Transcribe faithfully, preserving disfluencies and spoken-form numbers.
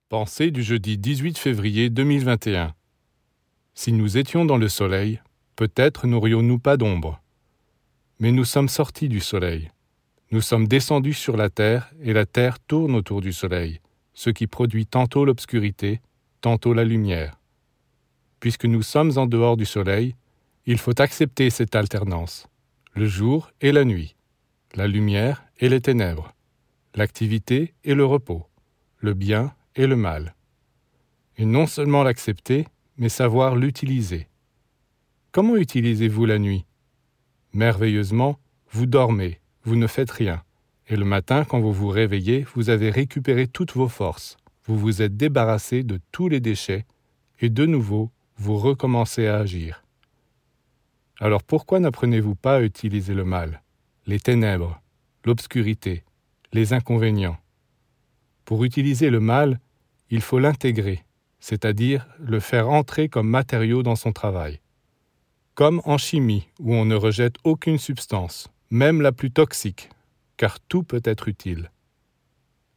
Pensée du jeudi dix-huit février deux mille vingt et un. Si nous étions dans le soleil, peut-être n'aurions-nous pas d'ombre. Mais nous sommes sortis du soleil. Nous sommes descendus sur la terre et la terre tourne autour du soleil, ce qui produit tantôt l'obscurité, tantôt la lumière. Puisque nous sommes en dehors du soleil, il faut accepter cette alternance, le jour et la nuit, la lumière et les ténèbres, l'activité et le repos, le bien et le mal. Et non seulement l'accepter, mais savoir l'utiliser. Comment utilisez-vous la nuit ? Merveilleusement, vous dormez, vous ne faites rien. Et le matin, quand vous vous réveillez, vous avez récupéré toutes vos forces. Vous vous êtes débarrassé de tous les déchets et de nouveau, vous recommencez à agir. Alors pourquoi n'apprenez-vous pas à utiliser le mal, les ténèbres, l'obscurité, les inconvénients ? Pour utiliser le mal, il faut l'intégrer, c'est-à-dire le faire entrer comme matériau dans son travail. Comme en chimie, où on ne rejette aucune substance, même la plus toxique, car tout peut être utile.